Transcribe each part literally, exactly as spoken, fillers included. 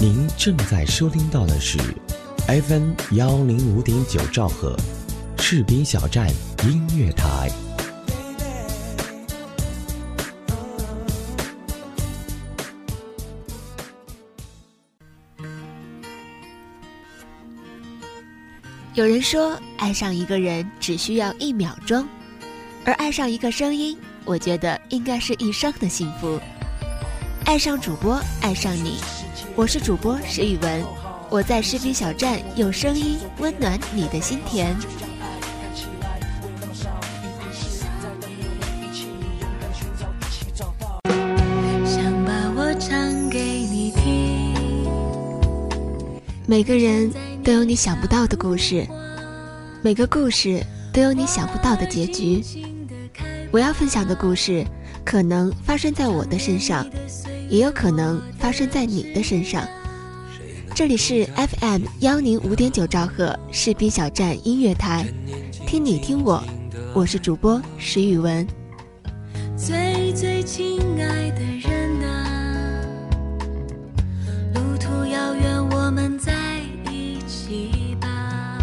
您正在收听到的是 F M 幺零五点九兆赫士兵小站音乐台。 有人说，爱上一个人只需要一秒钟，而爱上一个声音，我觉得应该是一生的幸福。爱上主播，爱上你，我是主播石宇文，我在士兵小站用声音温暖你的心田。想把我唱给你听。每个人都有你想不到的故事，每个故事都有你想不到的结局。我要分享的故事可能发生在我的身上，也有可能发生在你的身上。这里是 F M 幺零五点九兆赫士兵小站音乐台，听你听我，我是主播石宇文。最最亲爱的人啊，路途遥远，我们在一起吧。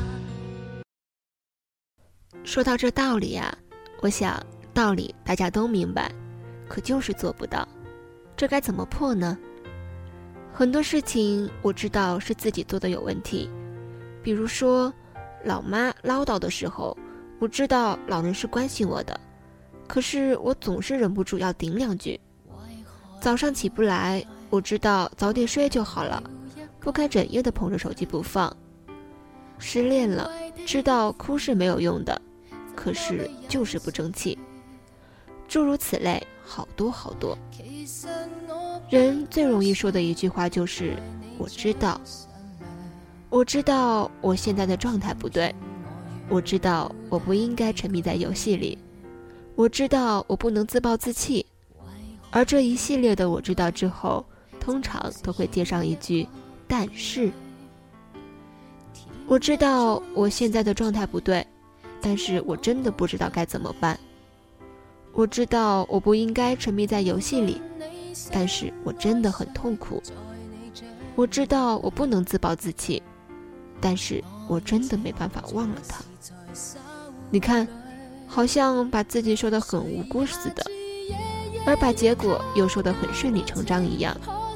说到这道理啊，我想道理大家都明白，可就是做不到，这该怎么破呢？很多事情我知道是自己做的有问题，比如说老妈唠叨的时候，我知道老人是关心我的，可是我总是忍不住要顶两句。早上起不来，我知道早点睡就好了，不该整夜的捧着手机不放。失恋了，知道哭是没有用的，可是就是不争气。诸如此类，好多好多。人最容易说的一句话就是我知道。我知道我现在的状态不对，我知道我不应该沉迷在游戏里，我知道我不能自暴自弃。而这一系列的我知道之后，通常都会接上一句但是。我知道我现在的状态不对，但是我真的不知道该怎么办。我知道我不应该沉迷在游戏里，但是我真的很痛苦。我知道我不能自暴自弃，但是我真的没办法忘了他。你看，好像把自己说得很无辜似的，而把结果又说得很顺理成章一样。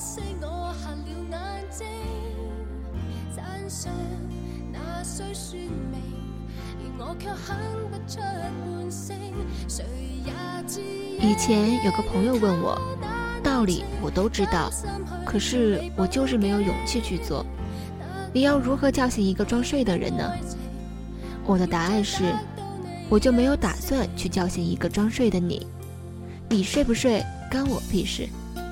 以前有个朋友问我，道理我都知道，可是我就是没有勇气去做。你要如何叫醒一个装睡的人呢？我的答案是，我就没有打算去叫醒一个装睡的你。你睡不睡干我屁事。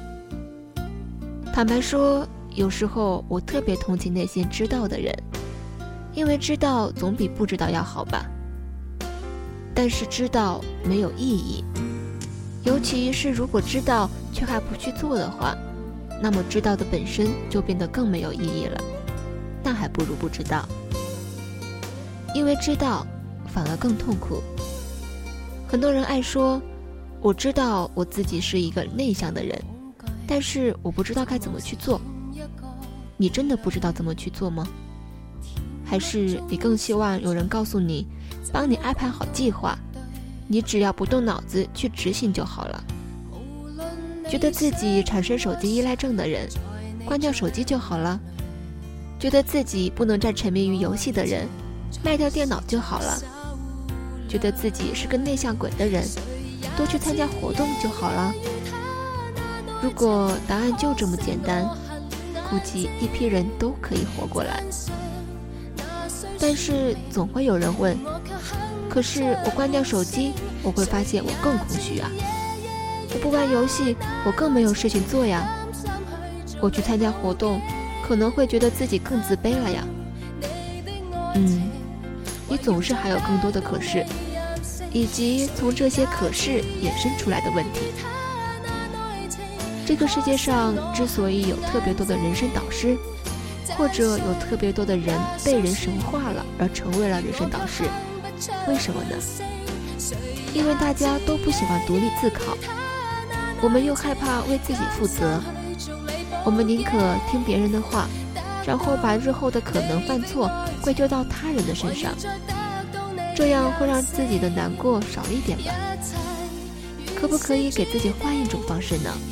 坦白说，有时候我特别同情那些知道的人，因为知道总比不知道要好吧。但是知道没有意义，尤其是如果知道却还不去做的话，那么知道的本身就变得更没有意义了，那还不如不知道。因为知道反而更痛苦。很多人爱说，我知道我自己是一个内向的人，但是我不知道该怎么去做。你真的不知道怎么去做吗？还是你更希望有人告诉你，帮你安排好计划，你只要不动脑子去执行就好了？觉得自己产生手机依赖症的人，关掉手机就好了？觉得自己不能再沉迷于游戏的人，卖掉电脑就好了？觉得自己是个内向鬼的人，多去参加活动就好了？如果答案就这么简单，估计一批人都可以活过来。但是总会有人问，可是我关掉手机，我会发现我更空虚啊。我不玩游戏，我更没有事情做呀。我去参加活动，可能会觉得自己更自卑了呀。嗯，你总是还有更多的可是，以及从这些可是衍生出来的问题。这个世界上之所以有特别多的人生导师，或者有特别多的人被人神化了而成为了人生导师，为什么呢？因为大家都不喜欢独立自考，我们又害怕为自己负责， 我们宁可听别人的话，然后把日后的可能犯错归咎到他人的身上，这样会让自己的难过少一点吧。可不可以给自己换一种方式呢？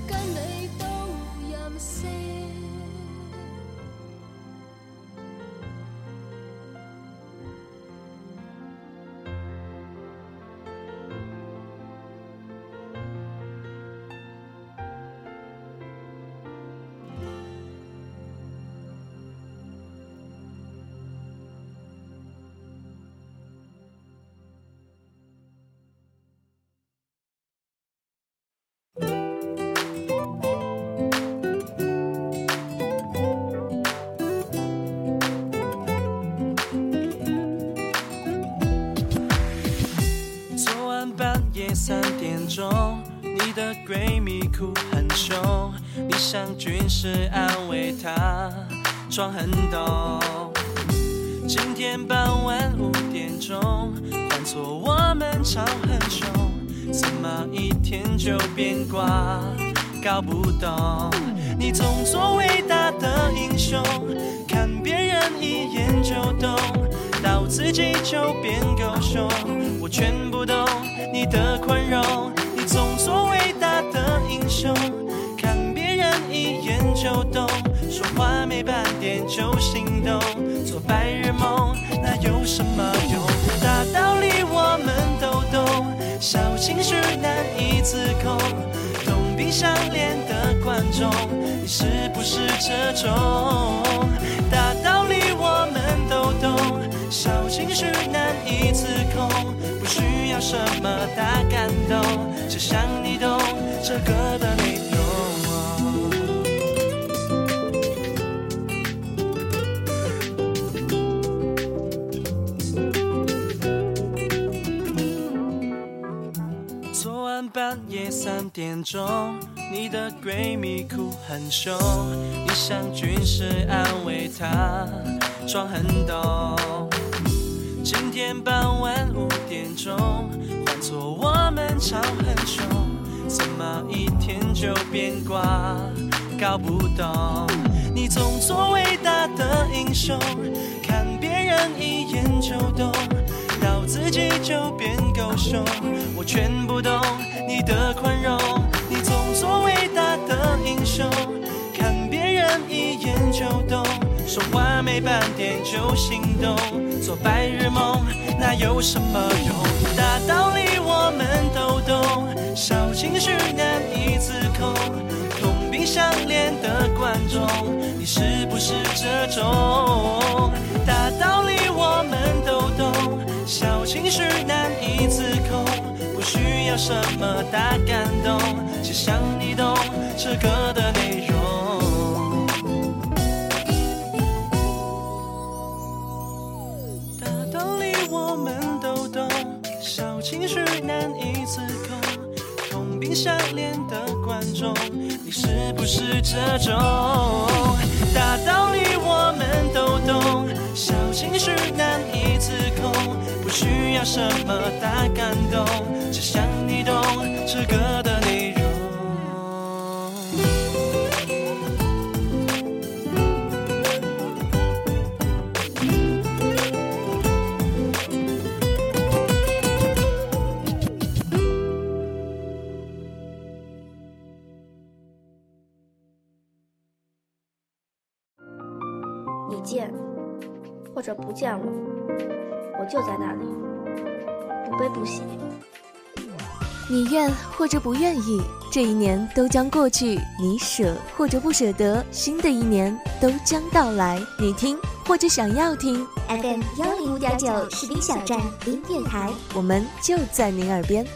三点钟，你的闺蜜哭很凶，你想军事安慰她，装很懂。今天傍晚五点钟，换错我们吵很凶，怎么一天就变卦，搞不懂。你总做伟大的英雄，看别人一眼就懂，到自己就变狗熊，我全不懂你的宽容。你总做伟大的英雄，看别人一眼就懂，说话没半点就心动，做白日梦那有什么用？大道理我们都懂，小情绪难以自控，同病相怜的观众，你是不是这种？大道理我们都懂，小情绪难以自控，不需要什么大感动，只想你懂这歌的内容。昨晚半夜三点钟，你的闺蜜哭很凶，你想军事安慰她，装很懂。今天傍晚五点钟，换错我们吵很凶，怎么一天就变卦，搞不懂。你总做伟大的英雄，看别人一眼就懂，到自己就变狗熊，我全不懂你的宽容。你总做伟大的英雄，看别人一眼就懂，说话没半点就心动，做白日梦那有什么用？大道理我们都懂，小情绪难以自控，同病相怜的观众，你是不是这种？大道理我们都懂，小情绪难以自控，不需要什么大感动，只想你懂这歌的内容。大道理我们都懂，小情绪难以自控，同病相怜的观众，你是不是这种？大道理我们都懂，小情绪难以自控，不需要什么大感动，只想你懂这歌的内容。 你见或者不见了，我就在那里，不悲不喜。 你愿或者不愿意，这一年都将过去；你舍或者不舍得，新的一年都将到来。你听或者想要听 F M 幺零五点九士兵小站音乐台， 我们就在您耳边。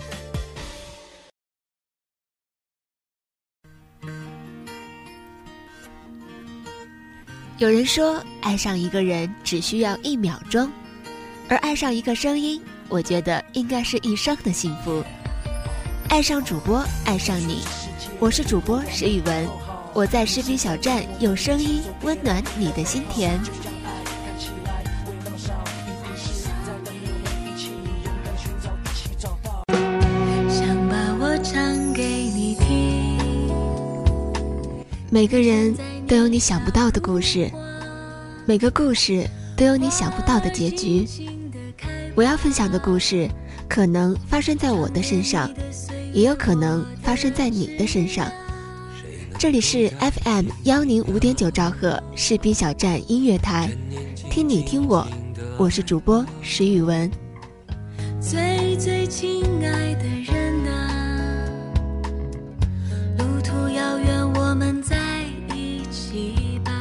有人说，爱上一个人只需要一秒钟，而爱上一个声音，我觉得应该是一生的幸福。爱上主播，爱上你，我是主播石宇文，我在士兵小站用声音温暖你的心田。 想把我唱给你听， 每个人都有你想不到的故事，每个故事都有你想不到的结局。我要分享的故事可能发生在我的身上，也有可能发生在你的身上。这里是 F M 一零五点九兆赫士兵小站音乐台，听你听我，我是主播石宇文。 最最亲爱的人啊，路途遥远，我们在一起吧。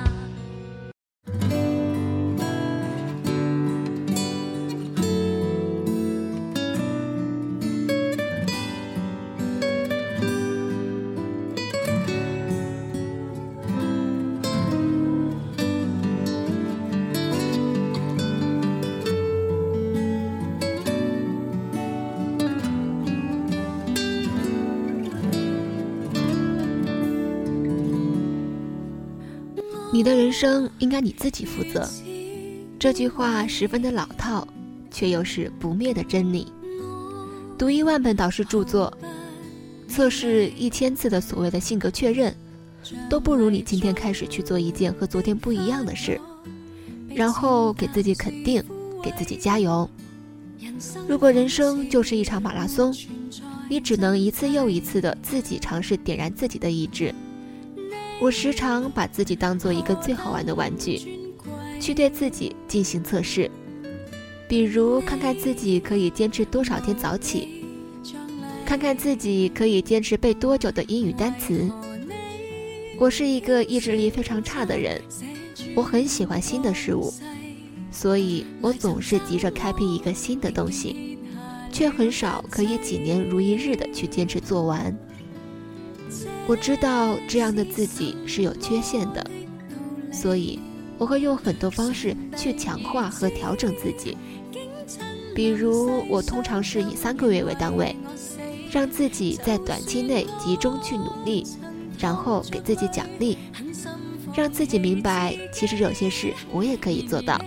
你的人生应该你自己负责，这句话十分的老套，却又是不灭的真理。读一万本导师著作，测试一千次的所谓的性格确认，都不如你今天开始去做一件和昨天不一样的事，然后给自己肯定，给自己加油。如果人生就是一场马拉松，你只能一次又一次的自己尝试点燃自己的意志。我时常把自己当做一个最好玩的玩具，去对自己进行测试，比如看看自己可以坚持多少天早起，看看自己可以坚持背多久的英语单词。我是一个意志力非常差的人，我很喜欢新的事物，所以我总是急着开辟一个新的东西，却很少可以几年如一日的去坚持做完。我知道这样的自己是有缺陷的，所以我会用很多方式去强化和调整自己。比如我通常是以三个月为单位，让自己在短期内集中去努力，然后给自己奖励，让自己明白其实有些事我也可以做到。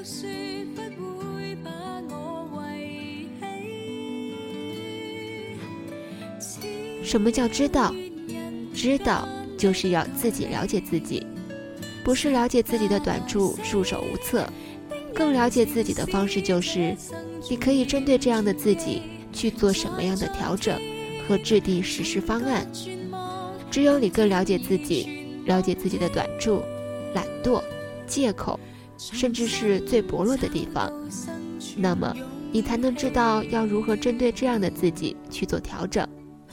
什么叫知道？知道就是要自己了解自己，不是了解自己的短处束手无策，更了解自己的方式就是你可以针对这样的自己去做什么样的调整和制定实施方案。只有你更了解自己，了解自己的短处、懒惰、借口，甚至是最薄弱的地方，那么你才能知道要如何针对这样的自己去做调整。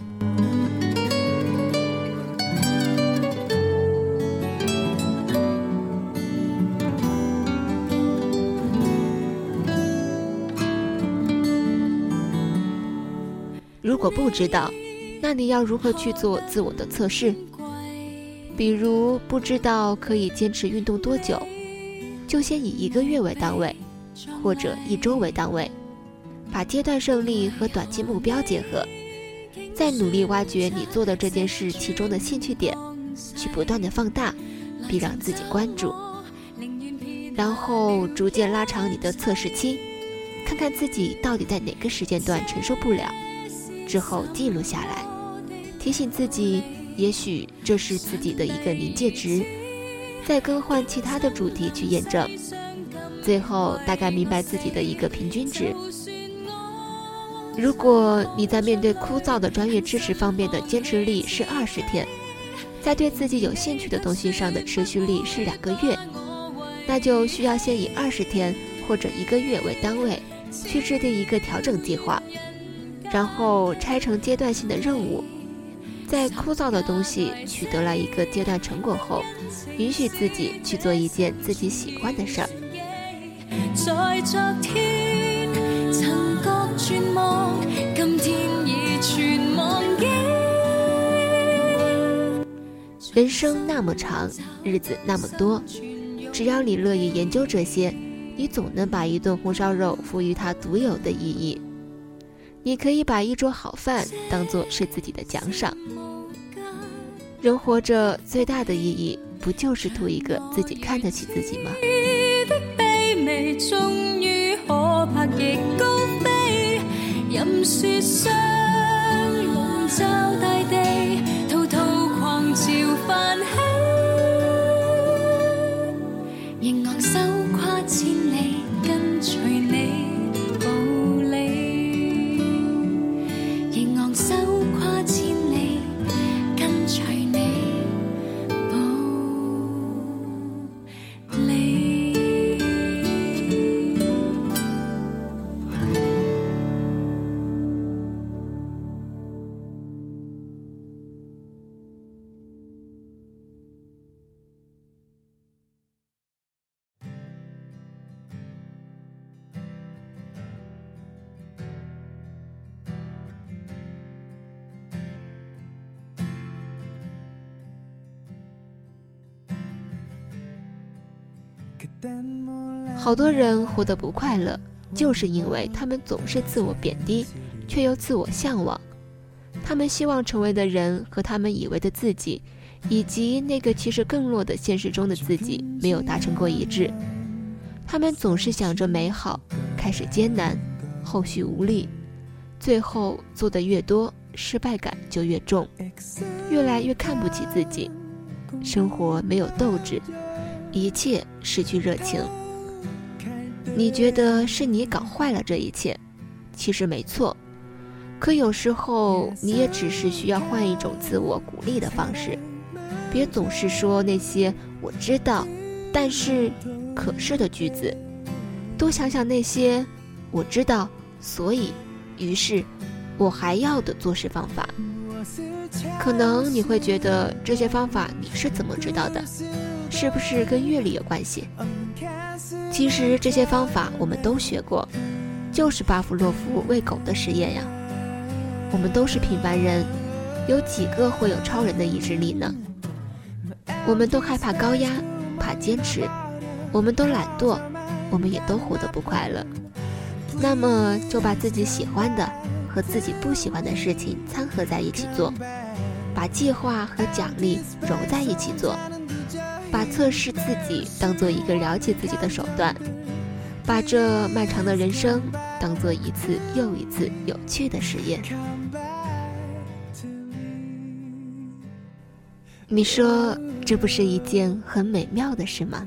如果不知道，那你要如何去做自我的测试？比如不知道可以坚持运动多久，就先以一个月为单位，或者一周为单位，把阶段胜利和短期目标结合，再努力挖掘你做的这件事其中的兴趣点，去不断的放大，并让自己关注，然后逐渐拉长你的测试期，看看自己到底在哪个时间段承受不了，之后记录下来，提醒自己也许这是自己的一个临界值，再更换其他的主题去验证，最后大概明白自己的一个平均值。如果你在面对枯燥的专业知识方面的坚持力是二十天，在对自己有兴趣的东西上的持续力是两个月，那就需要先以二十天或者一个月为单位，去制定一个调整计划，然后拆成阶段性的任务。在枯燥的东西取得了一个阶段成果后，允许自己去做一件自己喜欢的事儿。 在昨天曾覺絕望，今天已全忘記。 人生那麼長，日子那麼多，只要你樂意研究這些，你總能把一頓紅燒肉賦予它獨有的意義。你可以把一桌好飯當作是自己的獎賞。人活着最大的意義，不就是圖一個自己看得起自己嗎？ 終於可拍翼高飛，任雪霜籠罩大地，滔滔狂潮泛起，仍昂首跨千里，跟隨你步履，仍昂首跨千里，跟隨你步履。 好多人活得不快乐，就是因为他们总是自我贬低，却又自我向往。他们希望成为的人和他们以为的自己，以及那个其实更弱的现实中的自己没有达成过一致。他们总是想着美好，开始艰难，后续无力，最后做得越多，失败感就越重，越来越看不起自己，生活没有斗志，一切失去热情。你觉得是你搞坏了这一切，其实没错，可有时候你也只是需要换一种自我鼓励的方式，别总是说那些我知道但是可是的句子，多想想那些我知道所以于是我还要的做事方法。可能你会觉得这些方法你是怎么知道的，是不是跟阅历有关系？其实这些方法我们都学过，就是巴甫洛夫喂狗的实验呀。我们都是平凡人，有几个会有超人的意志力呢？我们都害怕高压，怕坚持，我们都懒惰，我们也都活得不快乐。那么就把自己喜欢的和自己不喜欢的事情掺合在一起做，把计划和奖励揉在一起做，把测试自己当做一个了解自己的手段，把这漫长的人生当做一次又一次有趣的实验。你说这不是一件很美妙的事吗？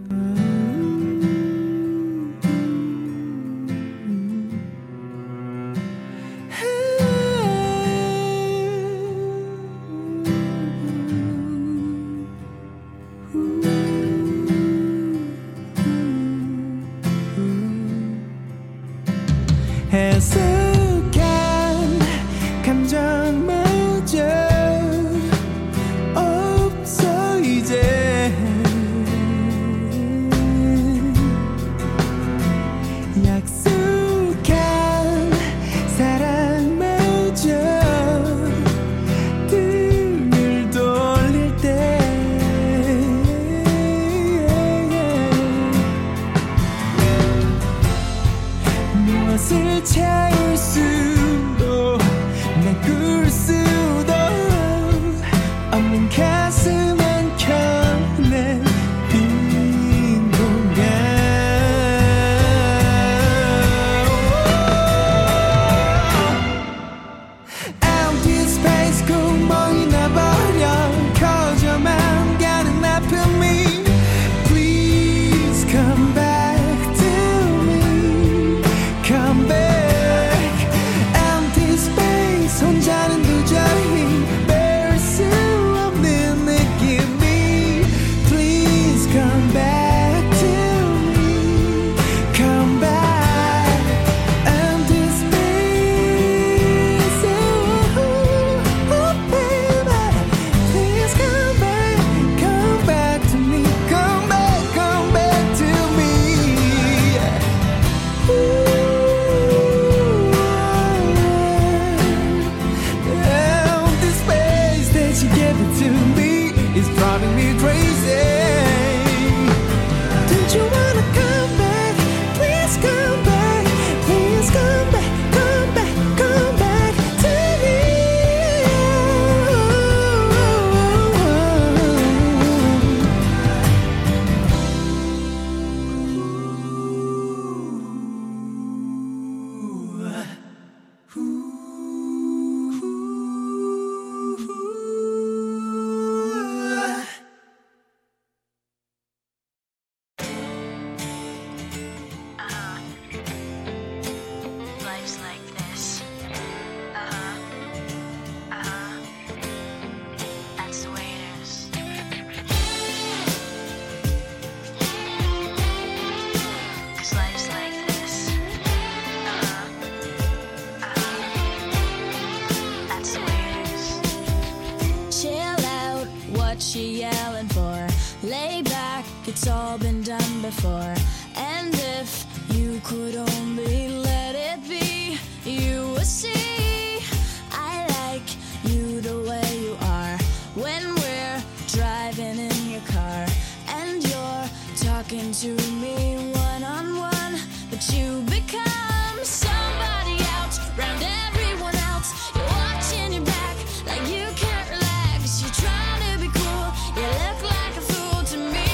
what she yelling for? Lay back, it's all been done before. And if you could only let it be, you would see I like you the way you are. When we're driving in your car and you're talking to me one-on-one, but you become somebody else round everyone else. You're watching your back like you can't relax. You're trying to be cool, you look like a fool to me.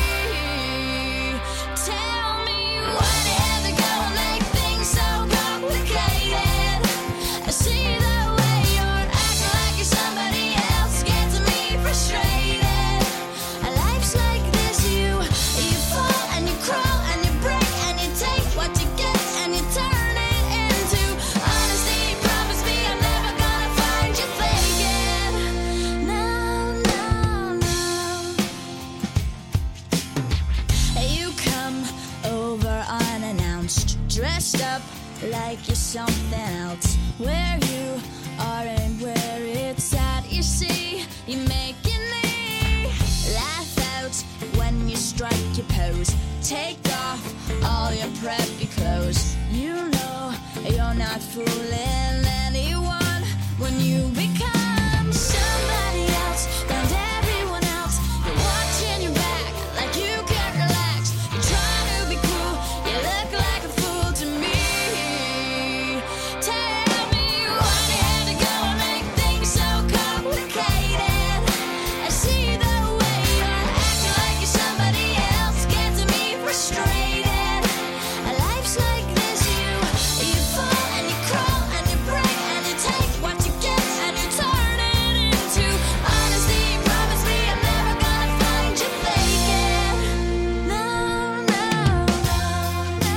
Tell me why do you have to go and make things so complicated? I see the way you're acting like you're somebody else, gets me frustrated. Life's like this, you you fall and you crawl and you break and you take what you get and you turn it into honesty. Promise me I'm never gonna find you faking. No, no, no. You come over unannounced, dressed up like you're something else. Where you are and where it's at, you see, you making me laugh out when you strike your pose. Take off all your preppy clothes. You know you're not fooling anyone when you become somebody else round everyone else. You're watching your back like you can't relax. You're trying to be cool, you look like a fool to me. Tell me why do you have to go and make things so complicated? I see the way you're acting like you're somebody else, gets me frustrated. Life's like this, you you fall and you crawl and you break and you take what you get and you turn it into honesty. Promise me I'm never gonna find you faking. No, no, no, no,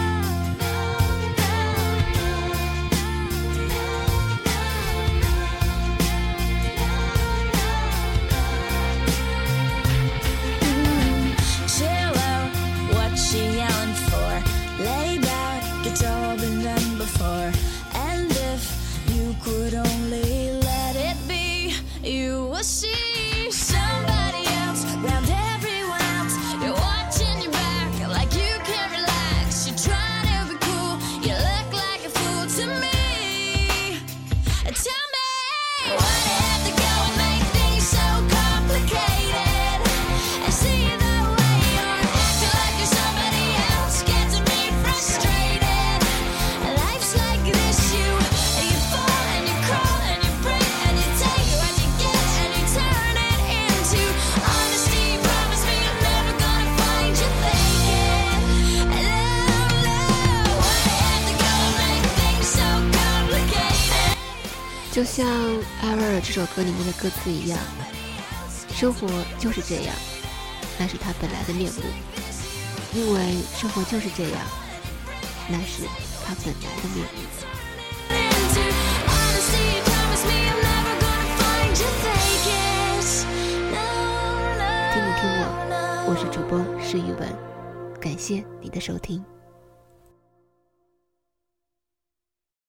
chill out, what she yelling for? Lay back, it's all been done before. And if you could only let it be, you will see somebody else round everyone else. You're watching your back like you can't relax. You're trying to be cool, you look like a fool to me. Tell me why do you have to go and make things so complicated? I see the way you're acting like you're somebody else, gets me frustrated. Life's like this, you you fall and you crawl and you break and you take what you get and you turn it into honesty. Promise me I'm never gonna find you faking. No, no, why do you have to go and make things so complicated? 就像艾薇儿这首歌里面的歌词一样，生活就是这样，那是它本来的面目。因为生活就是这样，那是它本来的面目。 Into honesty, promise me I'm never gonna find you faking. No, no, 听你听我， no. 我是主播施雨文，感谢你的收听。